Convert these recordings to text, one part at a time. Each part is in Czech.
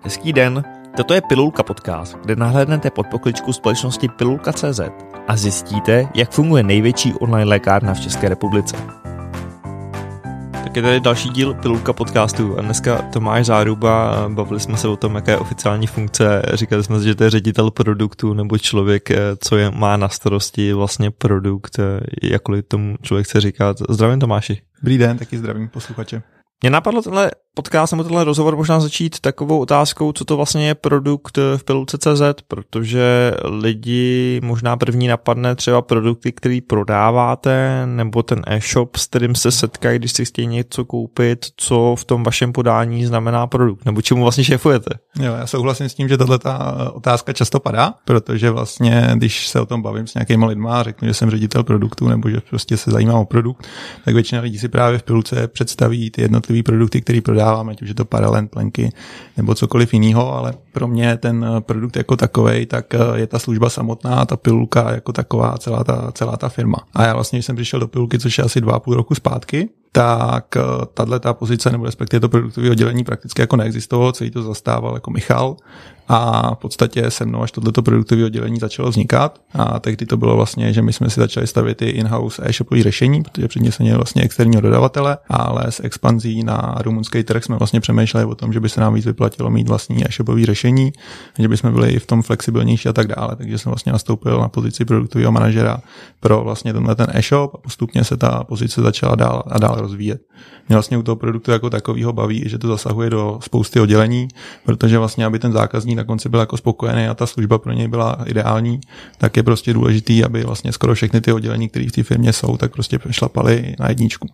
Hezký den, toto je Pilulka podcast, kde nahlédnete pod pokličku společnosti Pilulka.cz a zjistíte, jak funguje největší online lékárna v České republice. Tak je tady další díl Pilulka podcastu a dneska Tomáš Záruba, bavili jsme se o tom, jaká je oficiální funkce, říkali jsme si, že to je ředitel produktu nebo člověk, co má na starosti vlastně produkt, jakkoliv tomu člověk chce říkat. Zdravím Tomáši. Dobrý den, taky zdravím posluchače. Mě napadlo tenhle podcast nebo tenhle rozhovor možná začít takovou otázkou, co to vlastně je produkt v Pilulce.cz, protože lidi možná první napadne třeba produkty, který prodáváte, nebo ten e-shop, s kterým se setkají, když si chtějí něco koupit, co v tom vašem podání znamená produkt, nebo čemu vlastně šéfujete. Jo, já souhlasím s tím, že tato otázka často padá, protože vlastně, když se o tom bavím s nějakýma lidma a řeknu, že jsem ředitel produktu, nebo že prostě se zajímám o produkt, tak většina lidí si právě v Pilulce představí ty jednotlivé produkty, které prodáváme, ať už je to paralen, plenky nebo cokoliv jiného, ale pro mě ten produkt jako takovej, tak je ta služba samotná, ta Pilulka jako taková, celá ta firma. A já vlastně, když jsem přišel do Pilulky, což je asi 2,5 roku zpátky, tak tato pozice, nebo respektive to produktové oddělení prakticky jako neexistovalo, celý to zastával jako Michal a v podstatě se mnou až tohleto produktové oddělení začalo vznikat a tehdy to bylo vlastně, že my jsme si začali stavět ty in-house e-shopové řešení, protože předtím jsme měli vlastně externího dodavatele, ale s expanzí na rumunský trh jsme vlastně přemýšleli o tom, že by se nám víc vyplatilo mít vlastní e-shopové řešení, že by jsme byli v tom flexibilnější a tak dále, takže jsem vlastně nastoupil na pozici produktového manažera pro vlastně ten e-shop a postupně se ta pozice začala dál rozvíjet. Mě vlastně u toho produktu jako takového baví, že to zasahuje do spousty oddělení, protože vlastně, aby ten zákazník na konci byl jako spokojený a ta služba pro něj byla ideální, tak je prostě důležitý, aby vlastně skoro všechny ty oddělení, které v té firmě jsou, tak prostě šlapaly na jedničku.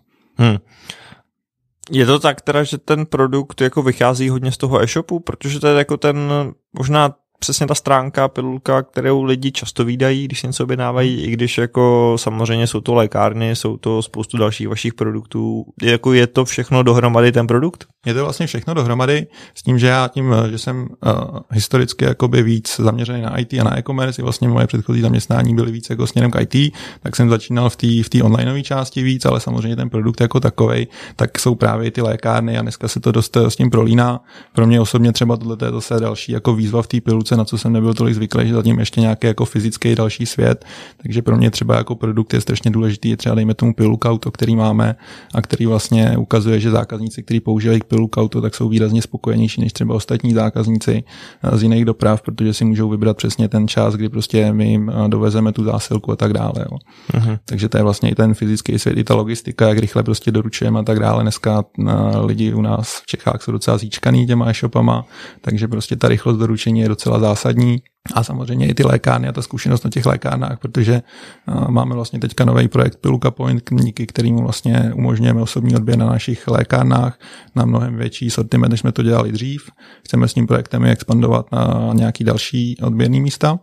Je to tak teda, že ten produkt jako vychází hodně z toho e-shopu, protože to je jako ten možná přesně ta stránka, pilulka, kterou lidi často vídají, když se něco objednávají, i když jako samozřejmě jsou to lékárny, jsou to spoustu dalších vašich produktů. Jako je to všechno dohromady ten produkt? Je to vlastně všechno dohromady s tím, že já tím, že jsem historicky jakoby víc zaměřený na IT a na e-commerce, vlastně moje předchozí zaměstnání byly víc jako směrem k IT, tak jsem začínal v té onlineové části víc, ale samozřejmě ten produkt jako takovej, tak jsou právě ty lékárny a dneska se to dost s tím prolíná. Pro mě osobně třeba tohle je zase další jako výzva v té Pilulce, na co jsem nebyl tolik zvyklý, že zatím ještě nějaký jako fyzický další svět, takže pro mě třeba jako produkt je strašně důležitý, je třeba dejme tomu Pilulka Auto, který máme a který vlastně ukazuje, že zákazníci, kteří používají Pilulka Auto, tak jsou výrazně spokojenější než třeba ostatní zákazníci z jiných doprav, protože si můžou vybrat přesně ten čas, kdy prostě my jim dovezeme tu zásilku a tak dále. Jo. Takže to je vlastně i ten fyzický svět, i ta logistika, jak rychle prostě doručujeme a tak dále. Dneska lidi u nás v Čechách jsou docela zíčkaný těma e-shopama, takže prostě ta rychlost doručení je docela zásadní. A samozřejmě i ty lékárny a ta zkušenost na těch lékárnách, protože máme vlastně teďka nový projekt Pilulka Point, díky kterému vlastně umožňujeme osobní odběr na našich lékárnách na mnohem větší sortiment, než jsme to dělali dřív. Chceme s tím projektem i expandovat na nějaký další odběrný místa.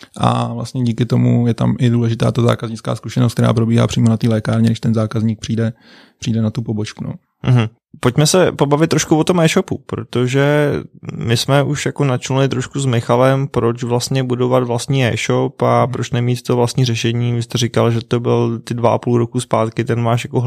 A vlastně díky tomu je tam i důležitá ta zákaznická zkušenost, která probíhá přímo na té lékárně, když ten zákazník přijde na tu pobočku. No. Pojďme se pobavit trošku o tom e-shopu, protože my jsme už jako načnuli trošku s Michalem, proč vlastně budovat vlastní e-shop a proč nemít to vlastní řešení. Vy jste říkal, že to byl ty 2,5 roku zpátky, ten máš jako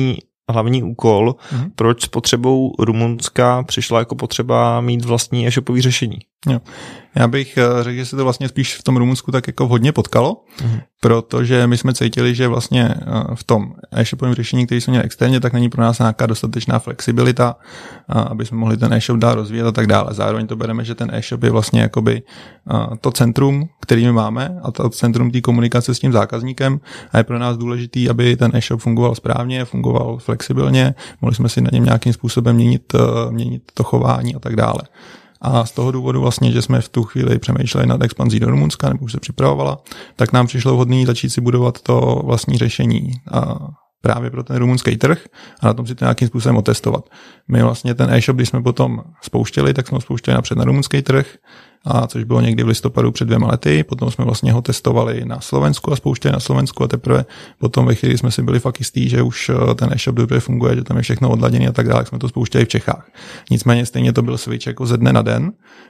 hlavní úkol, proč s potřebou Rumunska přišla jako potřeba mít vlastní e-shopový řešení. Jo. Já bych řekl, že se to vlastně spíš v tom Rumunsku tak jako hodně potkalo, protože my jsme cítili, že vlastně v tom e-shopovém řešení, který jsme měli externě, tak není pro nás nějaká dostatečná flexibilita, aby jsme mohli ten e-shop dál rozvíjet a tak dále. Zároveň to bereme, že ten e-shop je vlastně jakoby to centrum, který my máme a to centrum té komunikace s tím zákazníkem a je pro nás důležitý, aby ten e-shop fungoval správně, fungoval flexibilně, mohli jsme si na něm nějakým způsobem měnit to chování a tak dále. A z toho důvodu vlastně, že jsme v tu chvíli přemýšleli nad expanzí do Rumunska, nebo už se připravovala, tak nám přišlo vhodné začít si budovat to vlastní řešení právě pro ten rumunský trh a na tom si to nějakým způsobem otestovat. My vlastně ten e-shop, když jsme potom spouštěli, tak jsme ho spouštěli napřed na rumunský trh, a což bylo někdy v listopadu před 2 lety, potom jsme vlastně ho testovali na Slovensku a spouštěli na Slovensku a teprve potom ve chvíli jsme si byli fakt jistí, že už ten e-shop dobře funguje, že tam je všechno odladěné a tak dále, jsme to spouštěli v Čechách. Nicméně stejně to byl switch jako ze dne na den,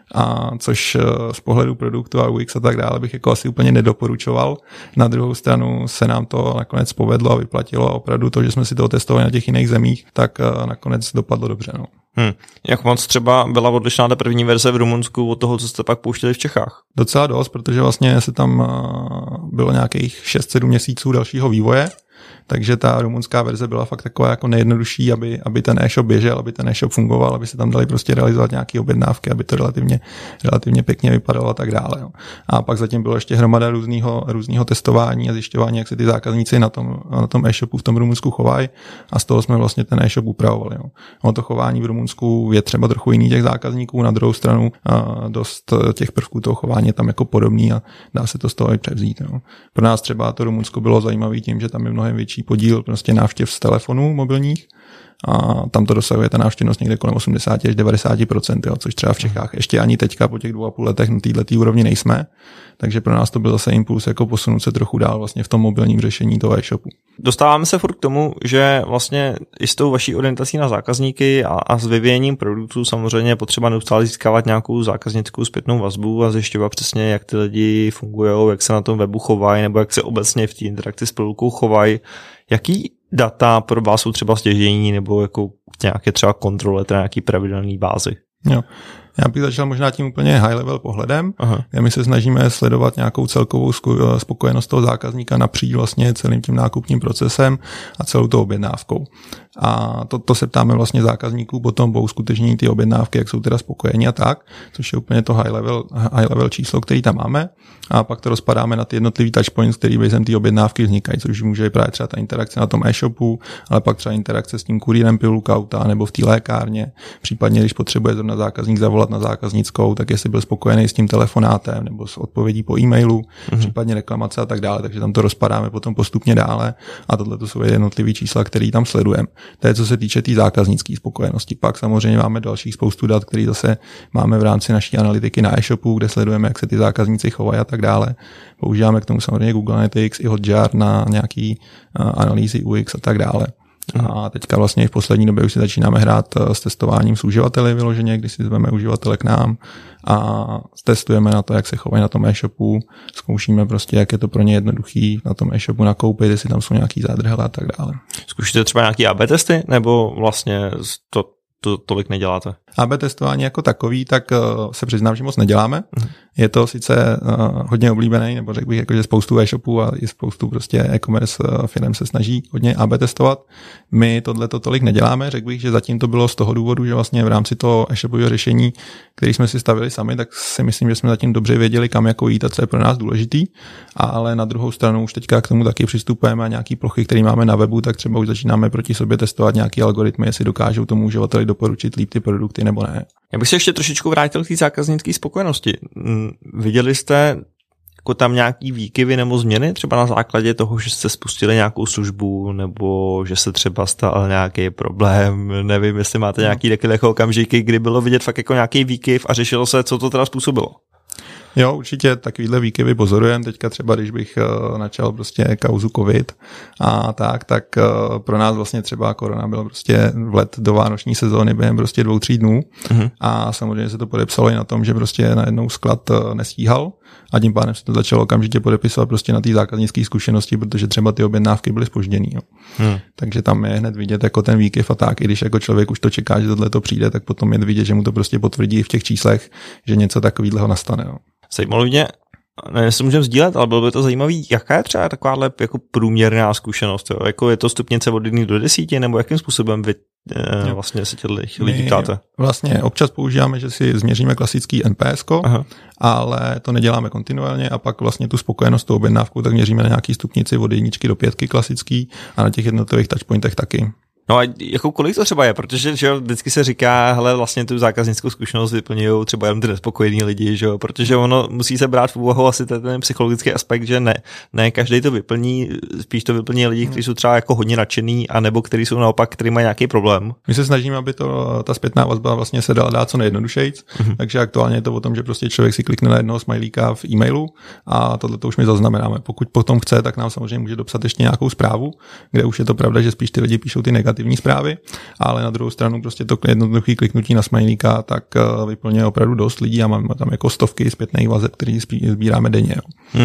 a což z pohledu produktu a UX a tak dále bych jako asi úplně nedoporučoval. Na druhou stranu se nám to nakonec povedlo a vyplatilo a opravdu to, že jsme si to testovali na těch jiných zemích, tak nakonec dopadlo dobře. No. Jak moc třeba byla odlišná ta první verze v Rumunsku od toho, co jste pak pouštěli v Čechách? Docela dost, protože vlastně se tam bylo nějakých 6-7 měsíců dalšího vývoje, takže ta rumunská verze byla fakt taková jako nejjednodušší, aby ten e-shop běžel, aby ten e-shop fungoval, aby se tam dali prostě realizovat nějaké objednávky, aby to relativně pěkně vypadalo a tak dále. Jo. A pak zatím bylo ještě hromada různého testování a zjišťování, jak se ty zákazníci na tom e-shopu v tom Rumunsku chovají, a z toho jsme vlastně ten e-shop upravovali. Jo. To chování v Rumunsku je třeba trochu jiný těch zákazníků, na druhou stranu dost těch prvků toho chování je tam jako podobný a dá se to z toho i převzít. Jo. Pro nás třeba to Rumunsko bylo zajímavé tím, že tam je mnohem větší podíl prostě návštěv z telefonů mobilních a tam to dosahuje ta návštěvnost někde kolem 80 až 90%, jo, což třeba v Čechách ještě ani teďka po těch 2,5 letech na této úrovni nejsme, takže pro nás to byl zase impuls jako posunout se trochu dál vlastně v tom mobilním řešení toho e-shopu. Dostáváme se furt k tomu, že vlastně i s tou vaší orientací na zákazníky a s vyvíjením produktů samozřejmě je potřeba neustále získávat nějakou zákaznickou zpětnou vazbu a zjišťovat přesně, jak ty lidi fungují, jak se na tom webu chovají nebo jak se obecně v té interakci s pilulkou chovají. Jaký data pro vás jsou třeba stěžejní nebo jako nějaké třeba kontrole, teda nějaký pravidelný bázi? Jo. Já bych začal možná tím úplně high level pohledem. My se snažíme sledovat nějakou celkovou spokojenost toho zákazníka napříč vlastně celým tím nákupním procesem a celou tou objednávkou. A to se ptáme vlastně zákazníků potom po uskutečnění ty objednávky, jak jsou teda spokojení a tak, což je úplně to high level číslo, který tam máme. A pak to rozpadáme na ty jednotlivý touchpoints, který během té objednávky vznikají, což může právě třeba ta interakce na tom e-shopu, ale pak třeba interakce s tím kurýrem pilulka auta nebo v té lékárně, případně když potřebuje zrovna zákazník zavolat na zákaznickou, tak jestli byl spokojený s tím telefonátem nebo s odpovědí po e-mailu, případně reklamace a tak dále, takže tam to rozpadáme potom postupně dále a tohle to jsou jednotlivý čísla, který tam sledujeme. To je co se týče té zákaznické spokojenosti. Pak samozřejmě máme dalších spoustu dat, které zase máme v rámci naší analytiky na e-shopu, kde sledujeme, jak se ty zákazníci chovají a tak dále. Používáme k tomu samozřejmě Google Analytics i Hotjar na nějaký analýzy UX a tak dále. A teďka vlastně v poslední době už si začínáme hrát s testováním s uživateli vyloženě, kdy si zveme uživatele k nám a testujeme na to, jak se chovají na tom e-shopu, zkoušíme prostě, jak je to pro ně jednoduchý na tom e-shopu nakoupit, jestli tam jsou nějaký zádrhele a tak dále. Zkoušíte třeba nějaký AB testy, nebo vlastně to tolik neděláte? AB testování jako takový, tak se přiznám, že moc neděláme. Je to sice hodně oblíbený, nebo řekl bych, jako, že spoustu e-shopů a i spoustu prostě e-commerce firm se snaží hodně AB testovat. My tohleto tolik neděláme, řekl bych, že zatím to bylo z toho důvodu, že vlastně v rámci toho e-shopového řešení, který jsme si stavili sami, tak si myslím, že jsme zatím dobře věděli, kam jako jít a co je pro nás důležitý, ale na druhou stranu už teďka k tomu taky přistupujeme a nějaký plochy, které máme na webu, tak třeba už začínáme proti sobě testovat nějaký algoritmy, jestli dokážou tomu uživateli doporučit líp ty produkty nebo ne. Já bych se ještě trošičku vrátil k té zákaznické spokojenosti. Viděli jste jako tam nějaký výkyvy nebo změny třeba na základě toho, že jste spustili nějakou službu nebo že se třeba stal nějaký problém? Nevím, jestli máte nějaký takové okamžiky, kdy bylo vidět fakt jako nějaký výkyv a řešilo se, co to teda způsobilo. Jo, určitě takovýhle výkyvy pozorujeme. Teďka třeba, když bych načal prostě kauzu covid a tak pro nás vlastně třeba korona byla prostě vlet do vánoční sezóny během prostě 2-3 dnů a samozřejmě se to podepsalo i na tom, že prostě najednou sklad nestíhal a tím pádem se to začalo okamžitě podepisovat prostě na té zákaznické zkušenosti, protože třeba ty objednávky byly zpožděný. Takže tam je hned vidět jako ten výkyv a tak, i když jako člověk už to čeká, že tohle to přijde, tak potom je vidět, že mu to prostě potvrdí v těch číslech, že něco takového nastane. Jo. Zajímalo mě, nevím, jestli můžeme sdílet, ale bylo by to zajímavý, jaká je třeba takováhle jako průměrná zkušenost, jo? Jako je to stupnice od 1 do 10, nebo jakým způsobem vy vlastně se těch lidí ptáte? Vlastně občas používáme, že si změříme klasický NPS-ko, ale to neděláme kontinuálně a pak vlastně tu spokojenost tou objednávkou tak měříme na nějaký stupnici od 1 do 5 klasický a na těch jednotlivých touchpointech taky. No a jako kolik to třeba je, protože že jo, vždycky se říká, hele, vlastně tu zákaznickou zkušenost vyplňují třeba jenom ty nespokojení lidi, že jo, protože ono musí se brát v úvahu asi ten psychologický aspekt, že ne každý to vyplní, spíš to vyplní lidi, kteří jsou třeba jako hodně nadšený, anebo kteří jsou naopak, kteří mají nějaký problém. My se snažíme, aby ta zpětná vazba vlastně se dala dát co nejjednodušejc, takže aktuálně je to o tom, že prostě člověk si klikne na jednoho smajlíka v e-mailu a tohle to už my zaznamenáme. Pokud potom chce, tak nám samozřejmě může dopsat ještě nějakou zprávu, kde už je to pravda, že spíš ty lidi píšou ty negativní zprávy, ale na druhou stranu prostě to jednoduché kliknutí na smajlíka tak vyplňuje opravdu dost lidí a máme tam jako stovky zpětných vazeb, který sbíráme denně.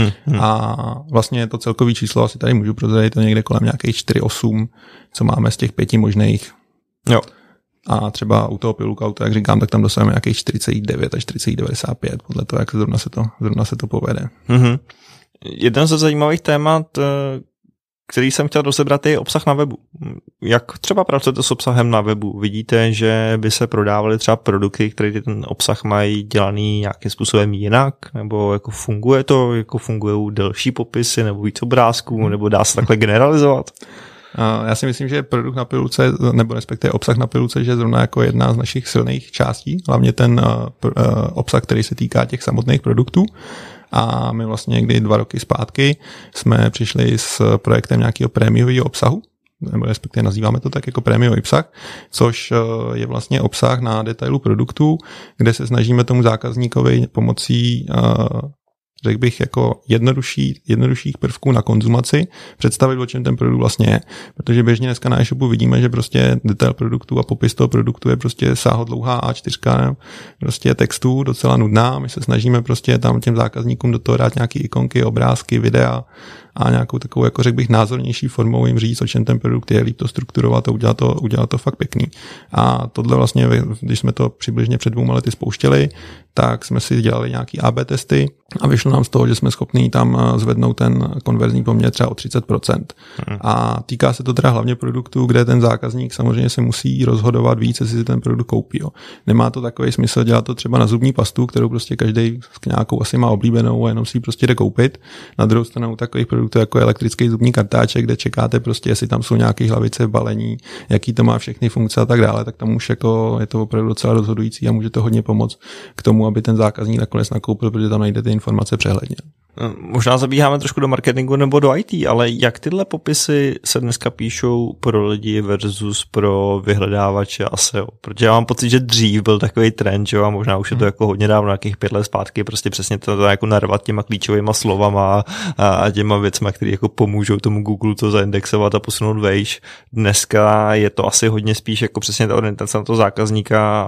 A vlastně to celkový číslo asi tady můžu prozradit, to někde kolem nějakých 4-8, co máme z těch 5 možných. Jo. A třeba u toho Pillookoutu, jak říkám, tak tam dosahujeme nějakých 49 až 40,95, podle toho, jak zrovna se to povede. Mm-hmm. Jeden ze zajímavých témat, který jsem chtěl rozebrat, je obsah na webu. Jak třeba pracujete s obsahem na webu? Vidíte, že by se prodávaly třeba produkty, které ten obsah mají dělaný nějakým způsobem jinak? Nebo jako funguje to? Jako fungují delší popisy nebo víc obrázků? Nebo dá se takhle generalizovat? Já si myslím, že produkt na pilulce, nebo respektive obsah na pilulce, že je zrovna jako jedna z našich silných částí, hlavně ten obsah, který se týká těch samotných produktů. A my vlastně někdy 2 roky zpátky jsme přišli s projektem nějakého prémiového obsahu, nebo respektive nazýváme to tak jako prémiový obsah, což je vlastně obsah na detailu produktu, kde se snažíme tomu zákazníkovi pomocí řekl bych jako jednodušších prvků na konzumaci představit, o čem ten produkt vlastně je. Protože běžně dneska na e-shopu vidíme, že prostě detail produktu a popis toho produktu je prostě sáhodlouhá A4 prostě textů, docela nudná. My se snažíme prostě tam těm zákazníkům do toho dát nějaký ikonky, obrázky, videa a nějakou takovou, jako řekl bych, názornější formou jim říct, o čem ten produkt je, líp to strukturovat a udělat to fakt pěkný. A tohle vlastně, když jsme to přibližně před 2 lety spouštěli, tak jsme si dělali nějaký AB testy a vyšlo nám z toho, že jsme schopní tam zvednout ten konverzní poměr třeba o 30%. A týká se to teda hlavně produktů, kde ten zákazník samozřejmě se musí rozhodovat víc, jestli si ten produkt koupí. Jo. Nemá to takový smysl dělat to třeba na zubní pastu, kterou prostě každý nějakou asi má oblíbenou a jenom si ji prostě jde koupit. Na druhou stranu takových produktů jako elektrický zubní kartáček, kde čekáte prostě, jestli tam jsou nějaké hlavice v balení, jaký to má všechny funkce a tak dále, tak tam už jako je to opravdu docela rozhodující a může to hodně pomoct k tomu, aby ten zákazník nakonec nakoupil, protože tam najdete informace přehledně. Možná zabíháme trošku do marketingu nebo do IT, ale jak tyhle popisy se dneska píšou pro lidi versus pro vyhledávače a SEO? Protože já mám pocit, že dřív byl takový trend, že a možná už je to jako hodně dávno, nějakých 5 let zpátky, prostě přesně to jako narvat těma klíčovýma slovama a těma věcma, které jako pomůžou tomu Google to zaindexovat a posunout vejš. Dneska je to asi hodně spíš jako přesně ta orientace na toho zákazníka,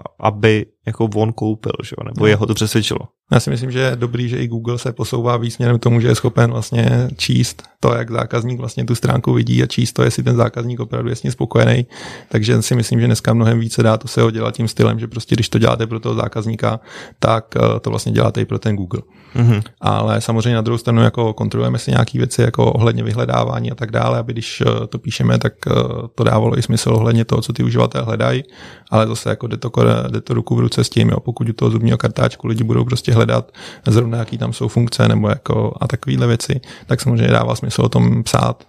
aby jako on koupil, že? Nebo jeho to přesvědčilo. Já si myslím, že je dobrý, že i Google se posouvá víc směrem k tomu, že je schopen vlastně číst to, jak zákazník vlastně tu stránku vidí a číst to, jestli ten zákazník opravdu je s ním spokojený. Takže si myslím, že dneska mnohem více dá to SEO dělat tím stylem, že prostě když to děláte pro toho zákazníka, tak to vlastně děláte i pro ten Google. Mm-hmm. Ale samozřejmě na druhou stranu jako kontrolujeme si nějaké věci jako ohledně vyhledávání a tak dále, aby když to píšeme, tak to dávalo i smysl ohledně toho, co ty uživatelé hledají, ale zase jako jde to ruku v ruce s tím, jo. Pokud u toho zubního kartáčku lidi budou prostě hledat zrovna jaký tam jsou funkce nebo jako a takovéhle věci, tak samozřejmě dává smysl o tom psát,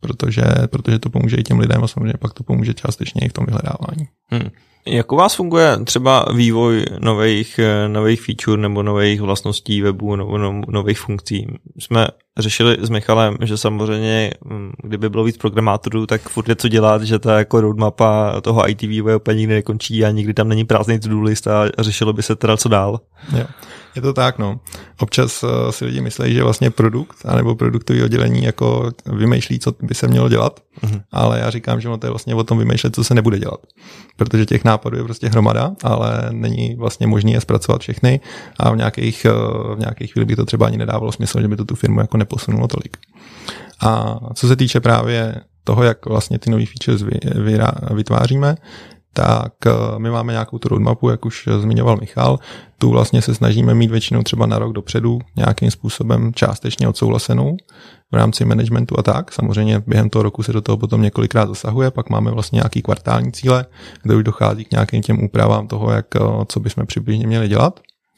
protože to pomůže i těm lidem a samozřejmě pak to pomůže částečně i v tom vyhledávání. Jak u vás funguje třeba vývoj nových feature nebo nových vlastností webu nebo nových funkcí? Jsme řešili s Michalem, že samozřejmě, kdyby bylo víc programátorů, tak furt je co dělat, že ta jako roadmapa toho IT vývoje úplně nikdy nekončí a nikdy tam není prázdný to-do list a řešilo by se teda co dál. Jo. Je to tak, no. Občas si lidi myslí, že vlastně produkt anebo produktový oddělení jako vymýšlí, co by se mělo dělat, ale já říkám, že to je vlastně o tom vymýšlet, co se nebude dělat. Protože těch nápadů je prostě hromada, ale není vlastně možné je zpracovat všechny a v nějakých chvíli by to třeba ani nedávalo smysl, že by to tu firmu jako neposunulo tolik. A co se týče právě toho, jak vlastně ty nový features vytváříme, tak my máme nějakou tu roadmapu, jak už zmiňoval Michal, tu vlastně se snažíme mít většinou třeba na rok dopředu nějakým způsobem částečně odsouhlasenou v rámci managementu a tak. Samozřejmě během toho roku se do toho potom několikrát zasahuje, pak máme vlastně nějaký kvartální cíle, kde už dochází k nějakým těm úpravám toho, co bychom přibližně měli dělat.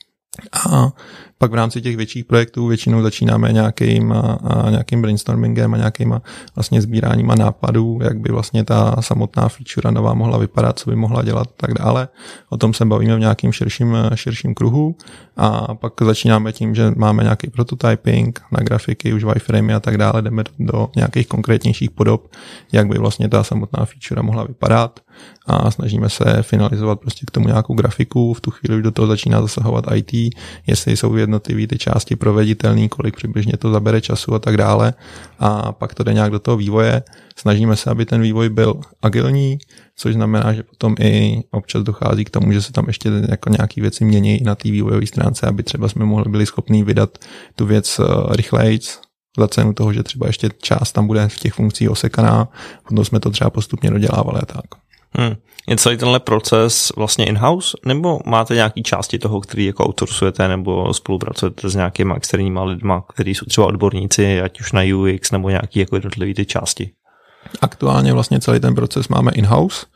A pak v rámci těch větších projektů většinou začínáme nějakým brainstormingem a nějakýma vlastně sbíráníma nápadů, jak by vlastně ta samotná feature nová mohla vypadat, co by mohla dělat tak dále. O tom se bavíme v nějakým širším kruhu a pak začínáme tím, že máme nějaký prototyping na grafiky, už wireframey a tak dále, jdeme do nějakých konkrétnějších podob, jak by vlastně ta samotná feature mohla vypadat a snažíme se finalizovat prostě k tomu nějakou grafiku. V tu chvíli už do toho začíná zasahovat IT, jestli jsou jednotlivé ty části proveditelné, kolik přibližně to zabere času a tak dále. A pak to jde nějak do toho vývoje. Snažíme se, aby ten vývoj byl agilní, což znamená, že potom i občas dochází k tomu, že se tam ještě jako nějaký věci mění na té vývojové stránce, aby třeba jsme byli schopní vydat tu věc rychlejc, za cenu toho, že třeba ještě část tam bude v těch funkcích osekaná, potom jsme to třeba postupně dodělávali a tak. Je celý tenhle proces vlastně in-house, nebo máte nějaký části toho, který jako outsourcujete, nebo spolupracujete s nějakýma externíma lidma, kteří jsou třeba odborníci, ať už na UX, nebo nějaký jako jednotlivý ty části? Aktuálně vlastně celý ten proces máme in-house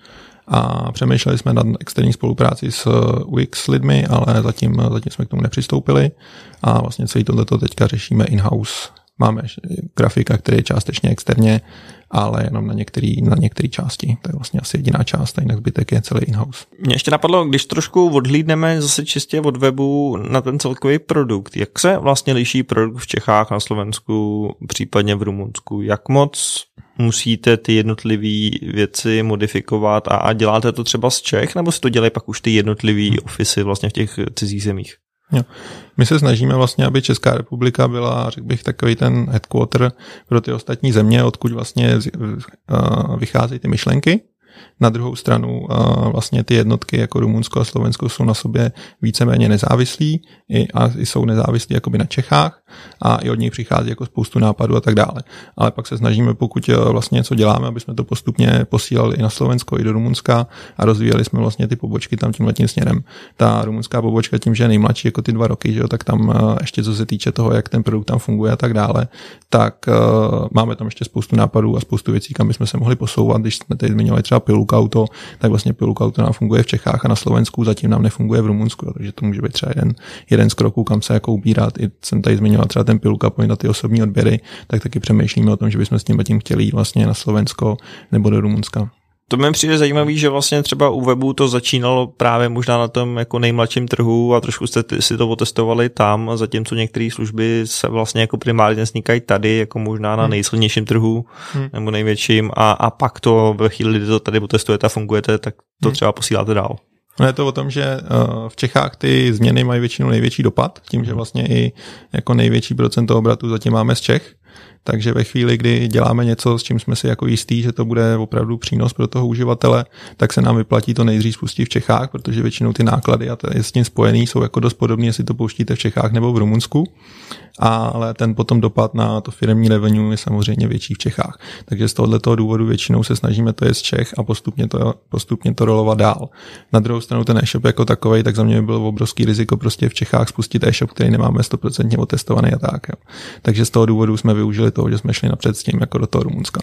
a přemýšleli jsme nad externí spolupráci s UX lidmi, ale zatím jsme k tomu nepřistoupili a vlastně celý tohleto teďka řešíme in-house. Máme grafika, který je částečně externě, ale jenom na některé části. To je vlastně asi jediná část, a jinak zbytek je celý in-house. Mě ještě napadlo, když trošku odhlídneme zase čistě od webu na ten celkový produkt, jak se vlastně liší produkt v Čechách, na Slovensku, případně v Rumunsku? Jak moc musíte ty jednotlivé věci modifikovat a děláte to třeba z Čech, nebo si to dělají pak už ty jednotlivý ofisy vlastně v těch cizích zemích? Jo. My se snažíme vlastně, aby Česká republika byla, řekl bych, takový ten headquarter pro ty ostatní země, odkud vlastně vycházejí ty myšlenky. Na druhou stranu vlastně ty jednotky jako Rumunsko a Slovensko jsou na sobě víceméně nezávislí a jsou nezávislí jakoby na Čechách a i od nich přichází jako spoustu nápadů a tak dále. Ale pak se snažíme, pokud vlastně něco děláme, aby jsme to postupně posílali i na Slovensko, i do Rumunska a rozvíjeli jsme vlastně ty pobočky tam tímhletím směrem. Ta rumunská pobočka tím, že je nejmladší jako ty 2 roky, že jo, tak tam ještě co se týče toho, jak ten produkt tam funguje a tak dále, tak máme tam ještě spoustu nápadů a spoustu věcí, kam bychom se mohli posouvat. Když jsme tady zmiňovali třeba Pilukauto, tak vlastně Pilukauto nám funguje v Čechách a na Slovensku, zatím nám nefunguje v Rumunsku, jo, takže to může být třeba jeden z kroků, kam se jako ubírat. I jsem tady zmiňoval třeba ten Piluka Point na ty osobní odběry, tak taky přemýšlíme o tom, že bychom s tím chtěli jít vlastně na Slovensko nebo do Rumunska. To mi přijde zajímavý, že vlastně třeba u webu to začínalo právě možná na tom jako nejmladším trhu a trošku jste si to otestovali tam, zatímco některé služby se vlastně jako primárně vznikají tady, jako možná na nejsilnějším trhu nebo největším a pak to ve chvíli, kdy to tady otestujete a fungujete, tak to třeba posíláte dál. No je to o tom, že v Čechách ty změny mají většinou největší dopad, tím, že vlastně i jako největší procento obratu zatím máme z Čech. Takže ve chvíli, kdy děláme něco, s čím jsme si jako jistí, že to bude opravdu přínos pro toho uživatele, tak se nám vyplatí to nejdřív spustit v Čechách, protože většinou ty náklady a to je s tím spojený jsou jako dost podobné, jestli to pouštíte v Čechách nebo v Rumunsku, ale ten potom dopad na to firemní revenue je samozřejmě větší v Čechách. Takže z tohoto důvodu většinou se snažíme to je z Čech a postupně to rolovat dál. Na druhou stranu ten e-shop jako takovej, tak za mě by bylo obrovský riziko prostě v Čechách spustit e-shop, který nemáme 100% otestovaný a tak. Jo. Takže z toho důvodu jsme využili toho, že jsme šli napřed s tím jako do toho Rumunska.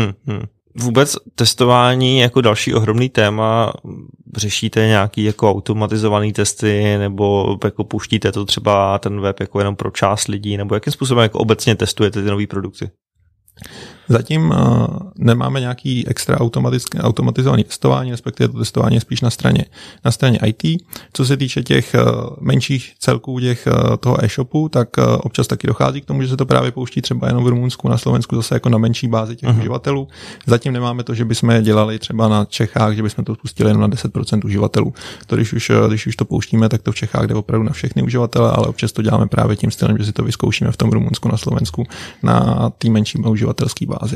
Vůbec testování jako další ohromný téma, řešíte nějaký jako automatizovaný testy nebo jako pouštíte to třeba ten web jako jenom pro část lidí, nebo jakým způsobem jako obecně testujete ty nové produkty? Zatím nemáme nějaký extra automatizovaný testování, respektive to testování je spíš na straně IT. Co se týče těch menších celků toho e-shopu, tak občas taky dochází k tomu, že se to právě pouští třeba jenom v Rumunsku, na Slovensku zase jako na menší bázi těch uživatelů. Zatím nemáme to, že bychom je dělali třeba na Čechách, že bychom to spustili jenom na 10% uživatelů. To když už to pouštíme, tak to v Čechách jde opravdu na všechny uživatele, ale občas to děláme právě tím stylem, že si to vyzkoušíme v tom Rumunsku, na Slovensku, na té menší uživatelské bázi.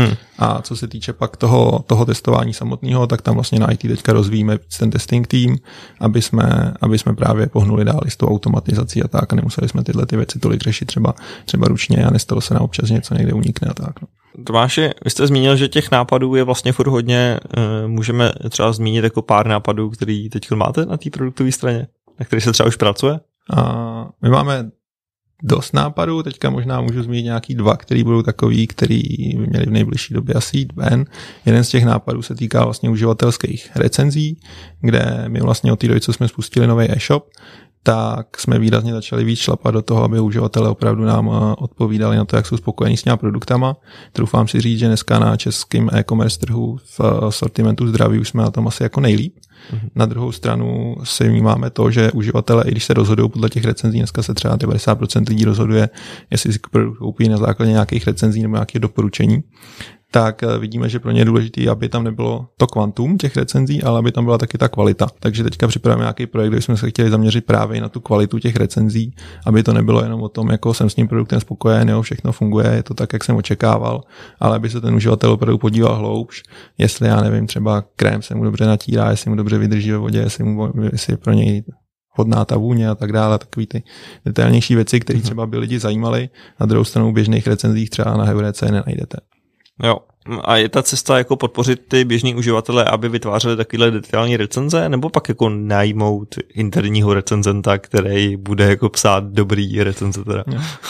A co se týče pak toho testování samotného, tak tam vlastně na IT teďka rozvíjíme ten testing tým, aby jsme právě pohnuli dál s tou automatizací a tak a nemuseli jsme tyhle ty věci tolik řešit třeba ručně a nestalo se nám občas něco někde unikne a tak. No. Tomáši, vy jste zmínil, že těch nápadů je vlastně furt hodně, můžeme třeba zmínit jako pár nápadů, který teď máte na té produktové straně, na který se třeba už pracuje? My máme dost nápadů, teďka možná můžu zmínit nějaký 2, který budou takový, který by měli v nejbližší době asi jít ven. Jeden z těch nápadů se týká vlastně uživatelských recenzí, kde my vlastně od té doby, co jsme spustili nový e-shop, tak jsme výrazně začali víc šlapat do toho, aby uživatelé opravdu nám odpovídali na to, jak jsou spokojení s těma produktama. Troufám si říct, že dneska na českém e-commerce trhu v sortimentu zdraví už jsme na tom asi jako nejlíp. Na druhou stranu si vnímáme to, že uživatelé, i když se rozhodují podle těch recenzí, dneska se třeba 90% lidí rozhoduje, jestli si produkt koupí na základě nějakých recenzí nebo nějakých doporučení, tak vidíme, že pro ně je důležité, aby tam nebylo to kvantum těch recenzí, ale aby tam byla taky ta kvalita. Takže teďka připravujeme nějaký projekt, kde jsme se chtěli zaměřit právě na tu kvalitu těch recenzí, aby to nebylo jenom o tom, jako jsem s tím produktem spokojen, jo, všechno funguje, je to tak, jak jsem očekával, ale aby se ten uživatel opravdu podíval hloubš, jestli já nevím, třeba krém se mu dobře natírá, jestli mu dobře vydrží ve vodě, jestli je pro něj hodná ta vůně a tak dále, takový ty detailnější věci, které třeba by lidi zajímaly, na druhou stranu v běžných recenzích třeba na Heuréce nenajdete. Jo. A je ta cesta jako podpořit ty běžní uživatele, aby vytvářeli takovýhle detailní recenze, nebo pak jako najmout interního recenzenta, který bude jako psát dobrý recenze teda?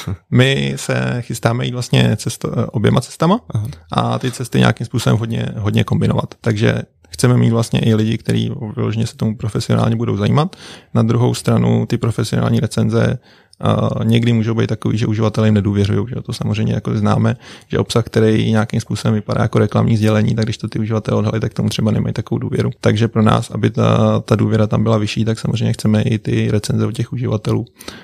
My se chystáme jít vlastně oběma cestama. Aha. A ty cesty nějakým způsobem hodně kombinovat. Takže chceme mít vlastně i lidi, kteří vyloženě se tomu profesionálně budou zajímat. Na druhou stranu ty profesionální recenze někdy můžou být takový, že uživatelé jim nedůvěřují, že to samozřejmě jako známe, že obsah, který nějakým způsobem vypadá jako reklamní sdělení, tak když to ty uživatelé odhalí, tak tomu třeba nemají takovou důvěru. Takže pro nás, aby ta důvěra tam byla vyšší, tak samozřejmě chceme i ty recenze od těch uživatelů.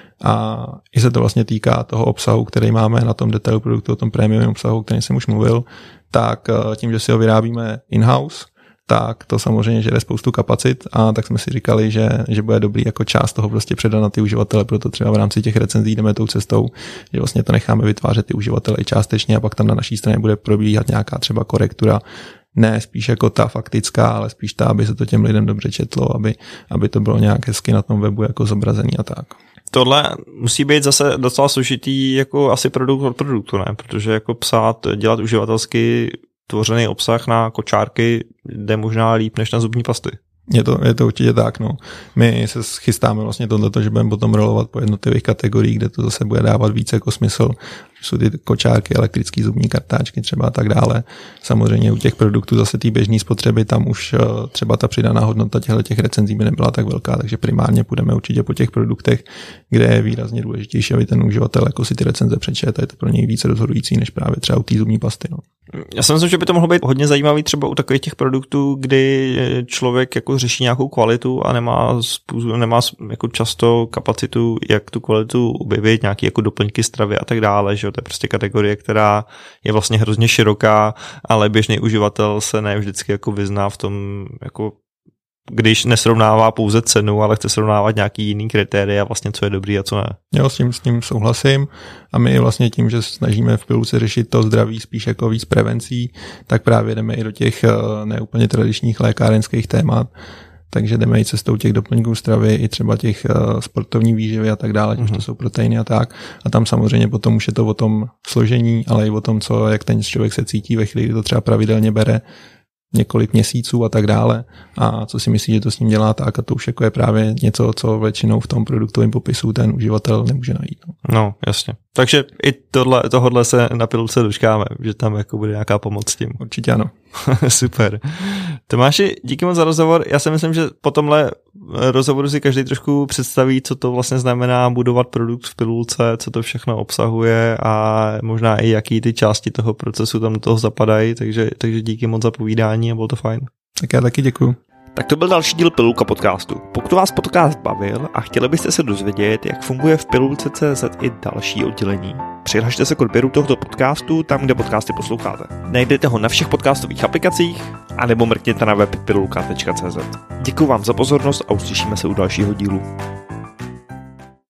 A i se to vlastně týká toho obsahu, který máme na tom detail produktu, o tom prémiovém obsahu, o kterém jsem už mluvil, tak tím, že si ho vyrábíme in-house, tak to samozřejmě žere spoustu kapacit a tak jsme si říkali, že bude dobrý jako část toho prostě předat na ty uživatele, proto třeba v rámci těch recenzí jdeme tou cestou, že vlastně to necháme vytvářet ty uživatele i částečně a pak tam na naší straně bude probíhat nějaká třeba korektura, ne spíš jako ta faktická, ale spíš ta, aby se to těm lidem dobře četlo, aby to bylo nějak hezky na tom webu jako zobrazený a tak. Tohle musí být zase docela složitý jako asi produkt od produktu, ne? Protože jako dělat uživatelsky tvořený obsah na kočárky jde možná líp než na zubní pasty. Je to určitě tak, no. My se chystáme vlastně tohleto, že budeme potom rolovat po jednotlivých kategoriích, kde to zase bude dávat víc jako smysl. Jsou ty kočárky, elektrické zubní kartáčky třeba a tak dále. Samozřejmě u těch produktů zase té běžné spotřeby, tam už třeba ta přidaná hodnota těch recenzí by nebyla tak velká, takže primárně půjdeme určitě po těch produktech, kde je výrazně důležitější, aby ten uživatel jako si ty recenze přečet, a je to pro něj více rozhodující než právě třeba u té zubní pasty. No. Já si myslím, že by to mohlo být hodně zajímavý třeba u takových těch produktů, kdy člověk jako řeší nějakou kvalitu a nemá jako často kapacitu, jak tu kvalitu objevit, nějaký jako doplňky stravy a tak dále, že to je prostě kategorie, která je vlastně hrozně široká, ale běžný uživatel se ne vždycky jako vyzná v tom, jako když nesrovnává pouze cenu, ale chce srovnávat nějaký jiný kritéria, vlastně co je dobrý a co ne. Jo, s tím souhlasím a my vlastně tím, že snažíme v Pilulce řešit to zdraví spíš jako víc prevencí, tak právě jdeme i do těch neúplně tradičních lékárenských témat, takže jdeme i cestou těch doplňků stravy, i třeba těch sportovní výživy a tak dále, to jsou proteiny a tak. A tam samozřejmě potom už je to o tom složení, ale i o tom, jak ten člověk se cítí ve chvíli, kdy to třeba pravidelně bere několik měsíců a tak dále a co si myslí, že to s ním dělá tak a to už jako je právě něco, co většinou v tom produktovém popisu ten uživatel nemůže najít. No, jasně. Takže i tohodle se na Pilulce dočkáme, že tam jako bude nějaká pomoc s tím. Určitě ano. Super. Tomáši, díky moc za rozhovor. Já si myslím, že po tomhle rozhovoru si každý trošku představí, co to vlastně znamená budovat produkt v Pilulce, co to všechno obsahuje a možná i jaký ty části toho procesu tam do toho zapadají, takže díky moc za povídání a bylo to fajn. Tak já taky děkuju. Tak to byl další díl Pilulka podcastu. Pokud vás podcast bavil a chtěli byste se dozvědět, jak funguje v Pilulce.cz i další oddělení, přihlašte se k odběru tohoto podcastu tam, kde podcasty posloucháte. Najdete ho na všech podcastových aplikacích a nebo mrkněte na web pilulka.cz. Děkuji vám za pozornost a uslyšíme se u dalšího dílu.